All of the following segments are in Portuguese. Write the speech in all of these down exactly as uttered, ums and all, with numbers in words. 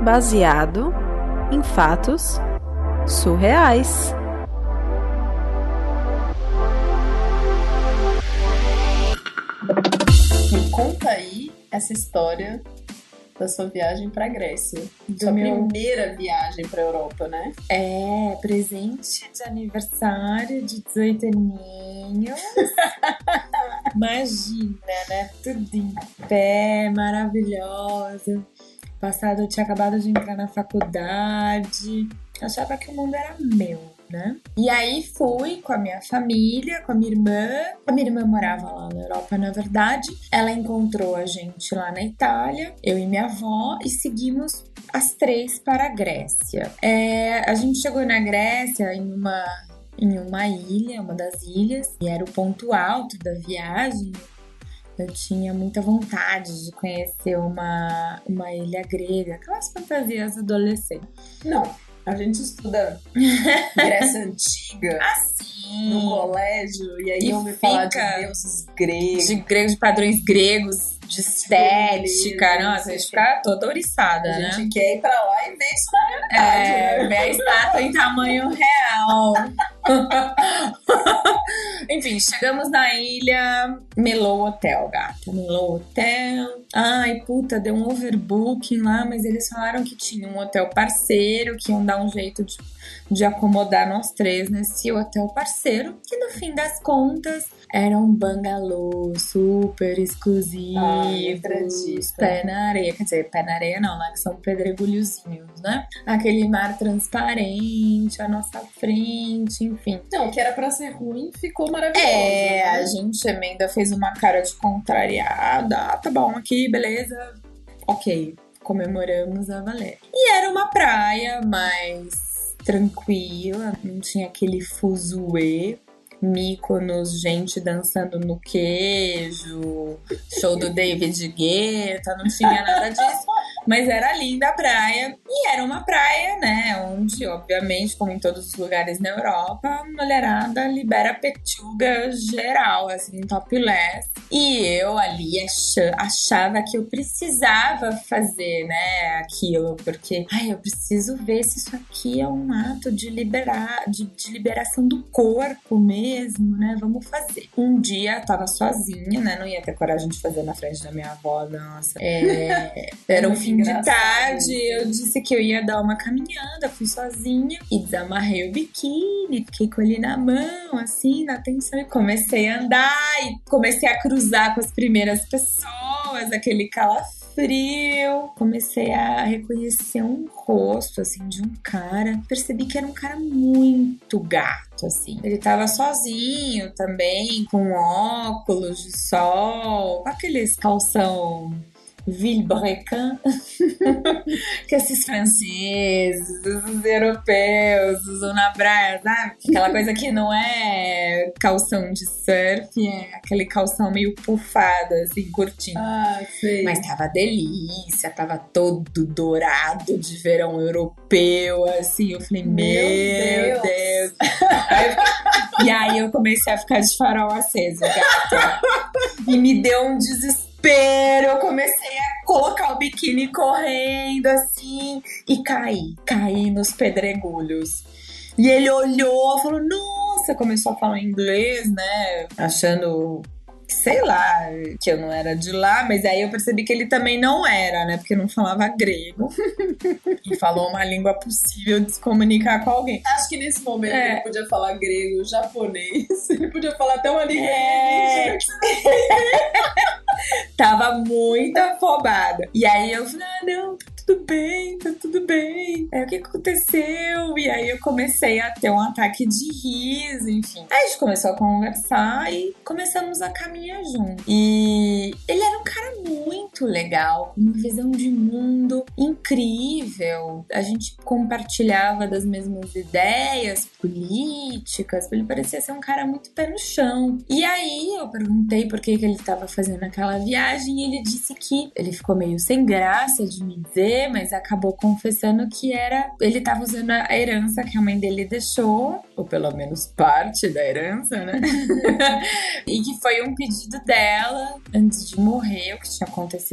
baseado em fatos surreais. Me conta aí essa história da sua viagem pra Grécia. Do Sua meu- primeira viagem pra Europa, né? É, presente de aniversário de dezoito aninhos. Imagina, né? Tudo em pé, maravilhosa. Passado, eu tinha acabado de entrar na faculdade. Achava que o mundo era meu, né? E aí fui com a minha família, com a minha irmã. A minha irmã morava lá na Europa, na verdade. Ela encontrou a gente lá na Itália, eu e minha avó, e seguimos as três para a Grécia. É, a gente chegou na Grécia em uma, em uma ilha, uma das ilhas, e era o ponto alto da viagem. Eu tinha muita vontade de conhecer uma, uma ilha grega, aquelas fantasias adolescentes. Não, a gente estuda Grécia Antiga Assim, no colégio e aí E ouve falar de fica- deuses gregos. de gregos, de padrões gregos, de estética. bonito, Nossa, a gente fica toda ouriçada, A né? gente quer ir pra lá e ver isso na realidade, É, né? ver a estátua em tamanho real. Enfim, chegamos na ilha Melou Hotel, gata. Melou Hotel. Ai, puta, deu um overbooking lá, mas eles falaram que tinha um hotel parceiro, que iam dar um jeito de, de acomodar nós três nesse hotel parceiro, que no fim das contas era um bangalô super exclusivo. Ai, acredito. Pé na areia. Quer dizer, pé na areia não, né? Que são pedregulhozinhos, né? Aquele mar transparente à nossa frente, enfim. Não, o que era pra ser ruim ficou maravilhoso. É, né? a gente ainda fez uma cara de contrariada. Ah, tá bom, aqui, beleza. Ok, comemoramos a valer. E era uma praia mais tranquila, não tinha aquele fuzuê. Mykonos, gente dançando no queijo, show do David Guetta, não tinha nada disso. Mas era linda a praia. E era uma praia, né? Onde, obviamente, como em todos os lugares na Europa, a mulherada libera petuga geral, assim, topless. E eu ali acha- achava que eu precisava fazer, né, aquilo. Porque, ai, eu preciso ver se isso aqui é um ato de liberar, de, de liberação do corpo mesmo, né? Vamos fazer. Um dia eu tava sozinha, né? Não ia ter coragem de fazer na frente da minha avó, nossa. É, era um Muito fim de engraçado tarde, isso. eu disse que eu ia dar uma caminhada, fui sozinha e desamarrei o biquíni, fiquei com ele na mão, assim, na atenção, e comecei a andar e comecei a cruzar com as primeiras pessoas, aquele calafrio. Comecei a reconhecer um rosto, assim, de um cara. Percebi que era um cara muito gato, assim. Ele tava sozinho também, com óculos de sol, com aqueles calção Vilebrequin, que esses franceses, os europeus usam na praia, sabe? Aquela coisa que não é calção de surf, é aquele calção meio pufado, assim, curtinho. Ah, sei. Mas tava delícia, tava todo dourado de verão europeu, assim. Eu falei, meu, Meu Deus. Deus. Aí eu fiquei- e aí eu comecei a ficar de farol aceso, gata. E me deu um desespero. Eu comecei a colocar o biquíni correndo, assim, e caí. Caí nos pedregulhos. E ele olhou, falou, nossa, começou a falar inglês, né? Achando, sei lá, que eu não era de lá, mas aí eu percebi que ele também não era, né? Porque não falava grego. E falou uma língua possível de se comunicar com alguém. Acho que nesse momento É. ele podia falar grego, japonês, ele podia falar até uma língua É. alienígena. Tava muito afobada. E aí eu falei, ah, não, tá tudo bem, tá tudo bem. Aí o que aconteceu? E aí eu comecei a ter um ataque de riso, enfim. Aí a gente começou a conversar e começamos a caminhar junto. E ele era um cara muito legal, com uma visão de mundo incrível. A gente compartilhava das mesmas ideias políticas. Ele parecia ser um cara muito pé no chão. E aí eu perguntei por que, que ele estava fazendo aquela viagem e ele disse que ele ficou meio sem graça de me dizer, mas acabou confessando que era ele estava usando a herança que a mãe dele deixou, ou pelo menos parte da herança, né? E que foi um pedido dela antes de morrer, o que tinha acontecido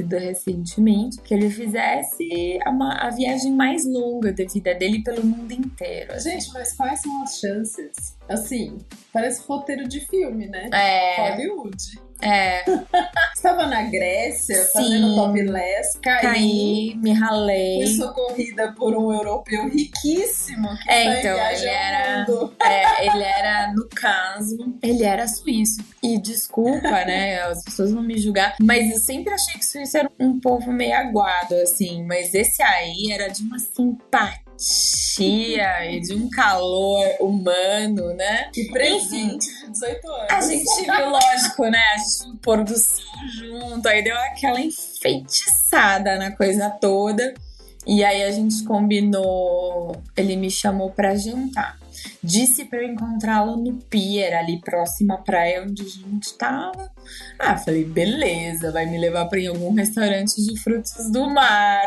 acontecido recentemente, que ele fizesse a, a viagem mais longa da vida dele pelo mundo inteiro. Assim. Gente, mas quais são as chances? Assim, parece roteiro de filme, né? É. Hollywood. É. Estava na Grécia, Sim. fazendo topless, caí, Caí, me ralei. fui socorrida por um europeu riquíssimo que É, está então, em viagem ele ao era, mundo. é, ele era, no caso, ele era suíço. E desculpa, né, as pessoas vão me julgar, mas eu sempre achei que suíço era um povo meio aguado, assim. Mas esse aí era de uma simpatia e de um calor humano, né? E presente de dezoito anos. A gente viu, lógico, né? A gente viu o pôr do sol junto, aí deu aquela enfeitiçada na coisa toda. E aí a gente combinou, ele me chamou pra jantar. Disse pra eu encontrá-lo no pier, ali próximo à praia onde a gente tava. Ah, falei, beleza, vai me levar pra ir em algum restaurante de frutos do mar.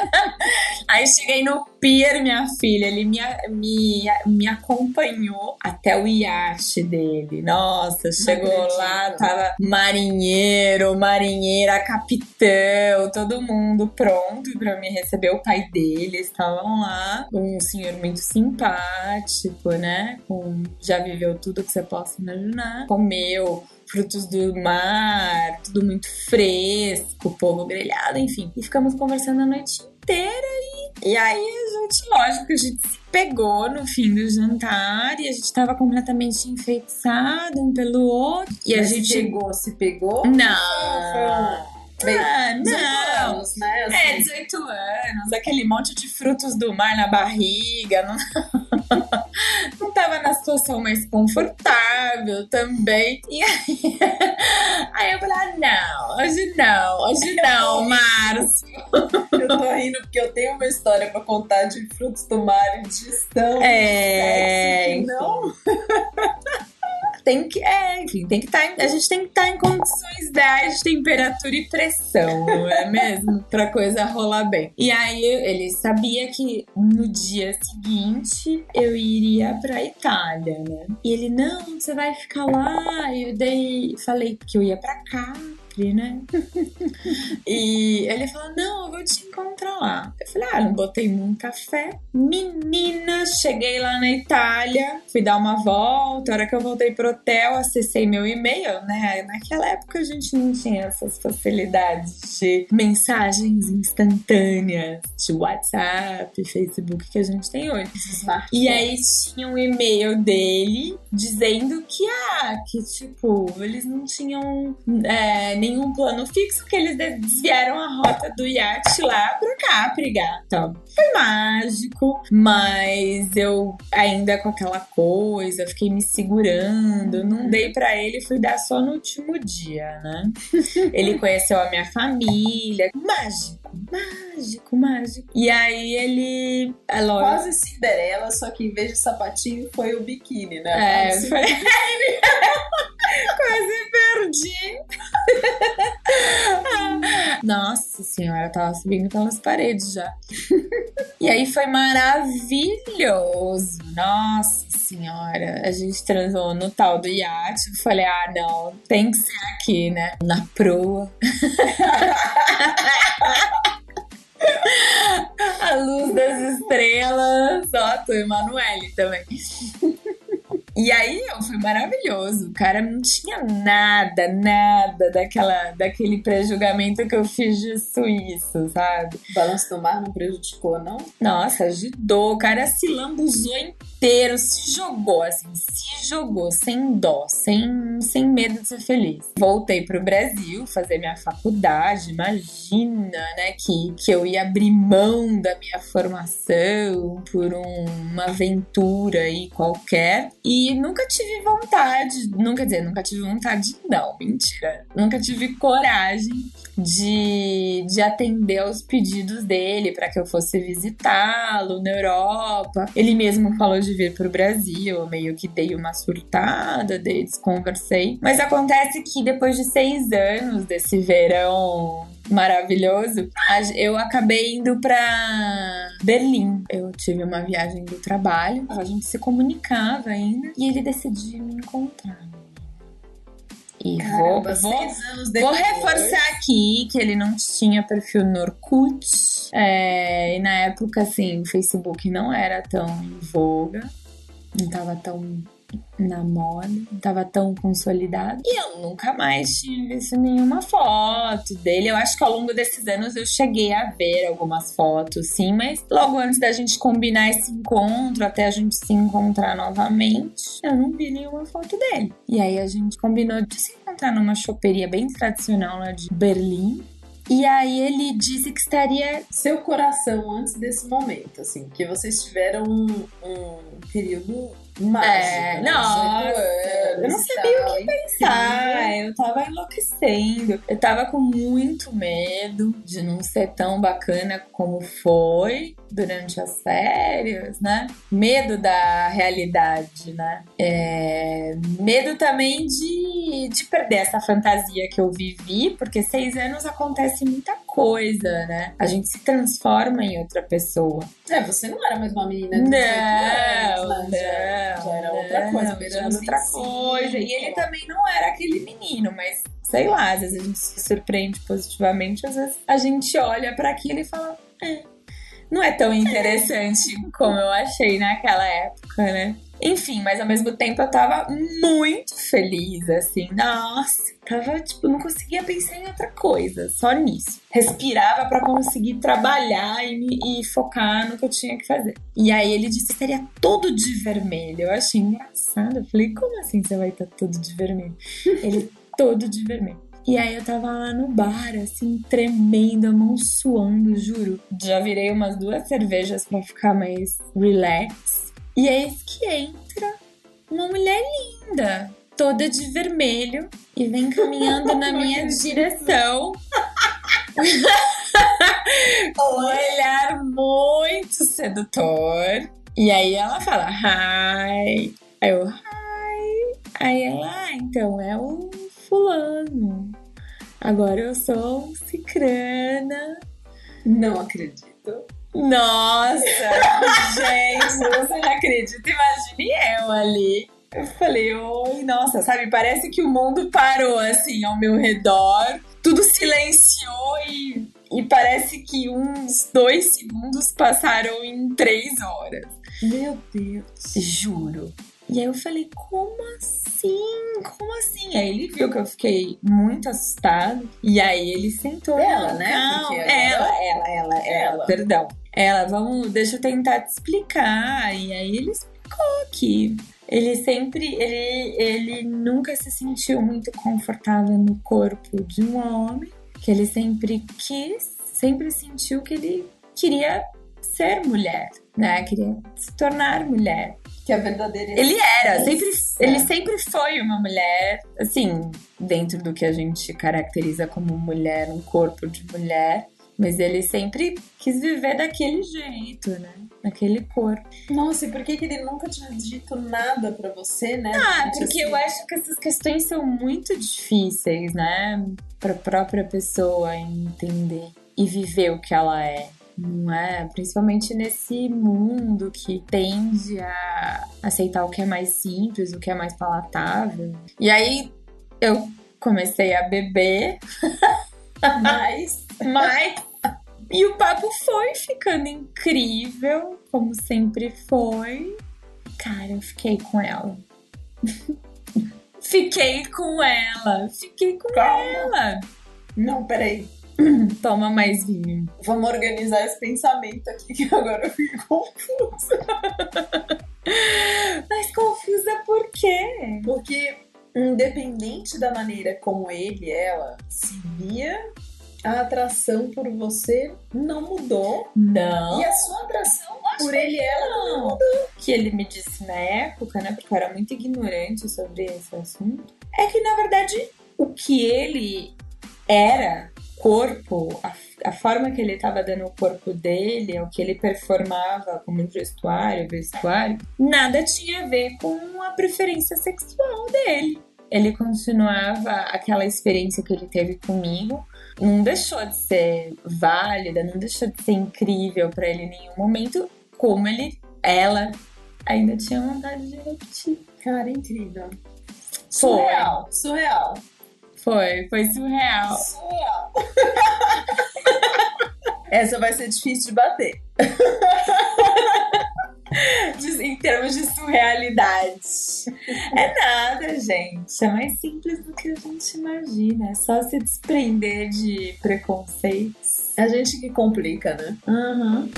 Aí cheguei no pier, minha filha, ele me, me, me acompanhou até o iate dele. Nossa, chegou lá, tava marinheiro, marinheira, capitão, todo mundo pronto pra me receber. O pai dele estavam lá, um senhor muito simpático, né? Com, já viveu tudo que você possa imaginar. Comeu frutos do mar, tudo muito fresco, polvo grelhado, enfim. E ficamos conversando a noite inteira e, e aí a gente, lógico, a gente se pegou no fim do jantar e a gente tava completamente enfeitiçado um pelo outro. E Mas a gente pegou, se pegou? Não. Bem, Ah, dezoito não. anos, né? Assim. É, dezoito anos, aquele monte de frutos do mar na barriga, não, não tava na situação mais confortável também. E aí, aí eu falei, ah, não, hoje não, hoje não, Márcio. Eu tô rindo porque eu tenho uma história pra contar de frutos do mar e digestão. É, de sexo, que não. Tem que, é, enfim, tem que estar, a gente tem que estar em condições ideais de temperatura e pressão, não é mesmo? Pra coisa rolar bem. E aí ele sabia que no dia seguinte eu iria pra Itália, né? E ele, não, você vai ficar lá. E eu dei, falei que eu ia pra cá. Né? E ele falou, não, eu vou te encontrar lá. Eu falei, ah, não botei um café. Menina, cheguei lá na Itália, fui dar uma volta. A hora que eu voltei pro hotel, acessei meu e-mail, né? Naquela época a gente não tinha essas facilidades de mensagens instantâneas, de WhatsApp, Facebook que a gente tem hoje. E aí tinha um e-mail dele dizendo que, ah, que tipo, eles não tinham é, nenhum plano fixo, que eles desviaram a rota do iate lá pra Capri, gata. Foi mágico, mas eu ainda com aquela coisa, fiquei me segurando, não dei pra ele, fui dar só no último dia, né? Ele conheceu a minha família, mágico, mágico, mágico. E aí ele... É lógico. Quase Cinderela, só que em vez de sapatinho foi o biquíni, né? É, foi... Quase perdi. Nossa senhora, tava subindo pelas paredes já. E aí foi maravilhoso. Nossa senhora, a gente transou no tal do iate. Eu falei, ah, não, tem que ser aqui, né? Na proa. A luz das estrelas. Ó, tô Emanuele também. E aí, foi maravilhoso. O cara não tinha nada, nada daquela, daquele pré-julgamento que eu fiz de suíço, sabe? O balanço do mar não prejudicou, não? Nossa, ajudou. O cara se lambuzou inteiro, se jogou, assim, se jogou, sem dó, sem, sem medo de ser feliz. Voltei pro Brasil fazer minha faculdade. Imagina, né, que, que eu ia abrir mão da minha formação por um, uma aventura aí qualquer. E nunca tive vontade, nunca dizer, nunca tive vontade, não, mentira. Nunca tive coragem de, de atender aos pedidos dele para que eu fosse visitá-lo na Europa. Ele mesmo falou de vir pro Brasil, eu meio que dei uma surtada, daí desconversei. Mas acontece que depois de seis anos desse verão maravilhoso, eu acabei indo pra Berlim. Eu tive uma viagem do trabalho, a gente se comunicava ainda, e ele decidiu me encontrar. E Caramba, vou, vou, seis anos vou depois. reforçar aqui que ele não tinha perfil no Orkut. É, e na época, assim, o Facebook não era tão em voga. Não tava tão na moda, não tava tão consolidado. E eu nunca mais tinha visto nenhuma foto dele. Eu acho que ao longo desses anos eu cheguei a ver algumas fotos, sim, mas logo antes da gente combinar esse encontro, até a gente se encontrar novamente, eu não vi nenhuma foto dele. E aí a gente combinou de se encontrar numa choperia bem tradicional lá de Berlim. E aí ele disse que estaria... Seu coração antes desse momento, assim, que vocês tiveram um, um período mágico, É, né? nossa, dezoito anos eu não e sabia tal, o que pensar, eu tava enlouquecendo. Eu tava com muito medo de não ser tão bacana como foi durante as férias, né? Medo da realidade, né? É, medo também de, de perder essa fantasia que eu vivi, porque seis anos acontece muita coisa, né? A gente se transforma em outra pessoa. É, você não era mais uma menina de Não, dezoito anos, né? Já, não, já era outra coisa, não, beirando já outra vinte e cinco. coisa. E ele também não era aquele menino, mas sei lá, às vezes a gente se surpreende positivamente, às vezes a gente olha pra aquilo e fala, é, não é tão interessante como eu achei naquela época, né? Enfim, mas ao mesmo tempo eu tava muito feliz, assim, nossa, tava, tipo, não conseguia pensar em outra coisa, só nisso. Respirava pra conseguir trabalhar e, me, e focar no que eu tinha que fazer. E aí ele disse que estaria todo de vermelho, eu achei engraçado, eu falei, como assim você vai estar todo de vermelho? Ele, todo de vermelho. E aí eu tava lá no bar, assim, tremendo, a mão suando, juro. Já virei umas duas cervejas pra ficar mais relax. E eis que entra uma mulher linda, toda de vermelho, e vem caminhando na minha direção. Um olhar muito sedutor. E aí ela fala, hi. Aí eu, hi. Aí ela, ah, então é o fulano. Agora eu sou cicrana. Não acredito. Nossa, gente, você não acredita? Imagine eu ali. Eu falei, oi, nossa, sabe? Parece que o mundo parou assim ao meu redor. Tudo silenciou e, e parece que uns dois segundos passaram em três horas. Meu Deus. Juro. E aí eu falei, como assim? Como assim? Aí ele viu que eu fiquei muito assustada. E aí ele sentou. Ela, né? Não, Porque ela, agora- ela, ela, ela, Ela. perdão. Ela, vamos, deixa eu tentar te explicar. E aí ele explicou que ele sempre, ele, ele nunca se sentiu muito confortável no corpo de um homem. Que ele sempre quis, sempre sentiu que ele queria ser mulher, né? Queria se tornar mulher. Que a verdadeira Ele era, sempre, essência. ele sempre foi uma mulher, assim, dentro do que a gente caracteriza como mulher, um corpo de mulher, mas ele sempre quis viver daquele jeito, né? Daquele corpo. Nossa, e por que, que ele nunca tinha dito nada pra você, né? Ah, Gente, porque assim, eu acho que essas questões são muito difíceis, né? Pra própria pessoa entender e viver o que ela é. Não é? Principalmente nesse mundo que tende a aceitar o que é mais simples, o que é mais palatável. E aí eu comecei a beber, Mas mas... E o papo foi ficando incrível, como sempre foi. Cara, eu fiquei com ela. Fiquei com ela. Fiquei com Calma. ela. Não, peraí. Toma mais vinho. Vamos organizar esse pensamento aqui, que agora eu fico confusa. Mas confusa por quê? Porque, independente da maneira como ele, ela, se via, a atração por você não mudou. Não. E a sua atração por ele e ela não mudou. O que ele me disse na época, né? Porque eu era muito ignorante sobre esse assunto. É que, na verdade, o que ele era, corpo, a, a forma que ele estava dando o corpo dele, o que ele performava como gestuário, vestuário, nada tinha a ver com a preferência sexual dele. Ele continuava aquela experiência que ele teve comigo, não deixou de ser válida, não deixou de ser incrível para ele em nenhum momento, como ele, ela ainda tinha vontade de repetir. Cara, incrível. Surreal, surreal. Foi, foi surreal. Surreal. Essa vai ser difícil de bater. Em termos de surrealidade. É nada, gente. É mais simples do que a gente imagina. É só se desprender de preconceitos. A gente que complica, né? Uhum.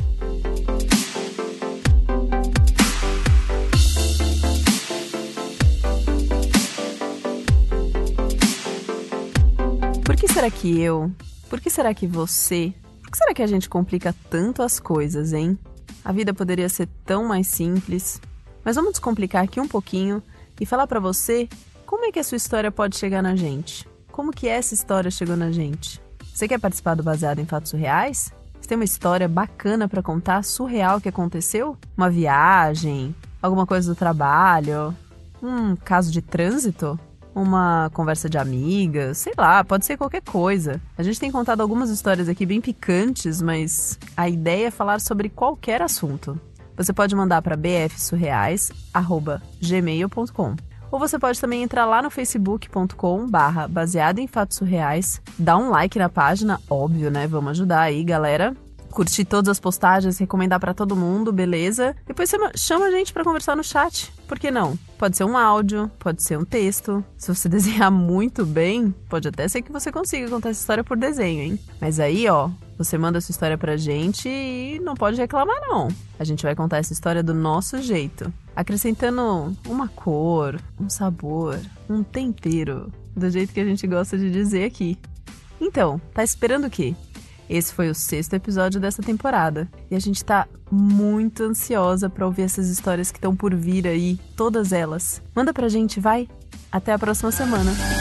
Por que será que eu? Por que será que você? Por que será que a gente complica tanto as coisas, hein? A vida poderia ser tão mais simples. Mas vamos descomplicar aqui um pouquinho e falar pra você como é que a sua história pode chegar na gente. Como que essa história chegou na gente? Você quer participar do Baseado em Fatos Surreais? Você tem uma história bacana pra contar, surreal que aconteceu? Uma viagem? Alguma coisa do trabalho? Um caso de trânsito? Uma conversa de amigas, sei lá, pode ser qualquer coisa. A gente tem contado algumas histórias aqui bem picantes, mas a ideia é falar sobre qualquer assunto. Você pode mandar para b f surreais arroba gmail ponto com. Ou você pode também entrar lá no facebook ponto com barra baseado em fatos surreais, dar um like na página, óbvio, né? Vamos ajudar aí, galera. Curtir todas as postagens, recomendar pra todo mundo, beleza? Depois você chama a gente pra conversar no chat. Por que não? Pode ser um áudio, pode ser um texto. Se você desenhar muito bem, pode até ser que você consiga contar essa história por desenho, hein? Mas aí, ó, você manda essa história pra gente e não pode reclamar, não. A gente vai contar essa história do nosso jeito, acrescentando uma cor, um sabor, um tempero, do jeito que a gente gosta de dizer aqui. Então, tá esperando o quê? Esse foi o sexto episódio dessa temporada e a gente tá muito ansiosa pra ouvir essas histórias que estão por vir aí, todas elas. Manda pra gente, vai! Até a próxima semana!